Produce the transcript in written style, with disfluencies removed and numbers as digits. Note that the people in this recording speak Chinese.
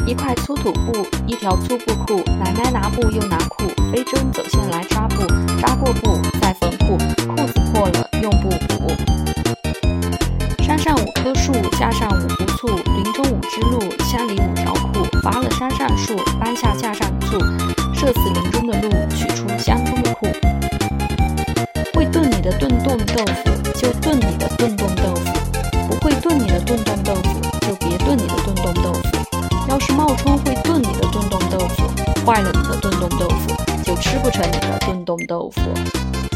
一块粗土布，一条粗布裤，奶奶拿布又拿裤，飞针走线来扎布，扎过布再缝裤，裤子破了用布补。山上5棵树，架上5壶醋，林中5只鹿，乡里5条裤，伐了山上树，搬下架上醋，射死林中的鹿，取出乡中的裤。会炖你的炖冻豆腐，就炖你的炖冻豆腐；不会炖你的炖冻豆腐，就别炖你的炖冻豆腐。要是冒充会炖你的炖冻豆腐，坏了你的炖冻豆腐，就吃不成你的炖冻豆腐。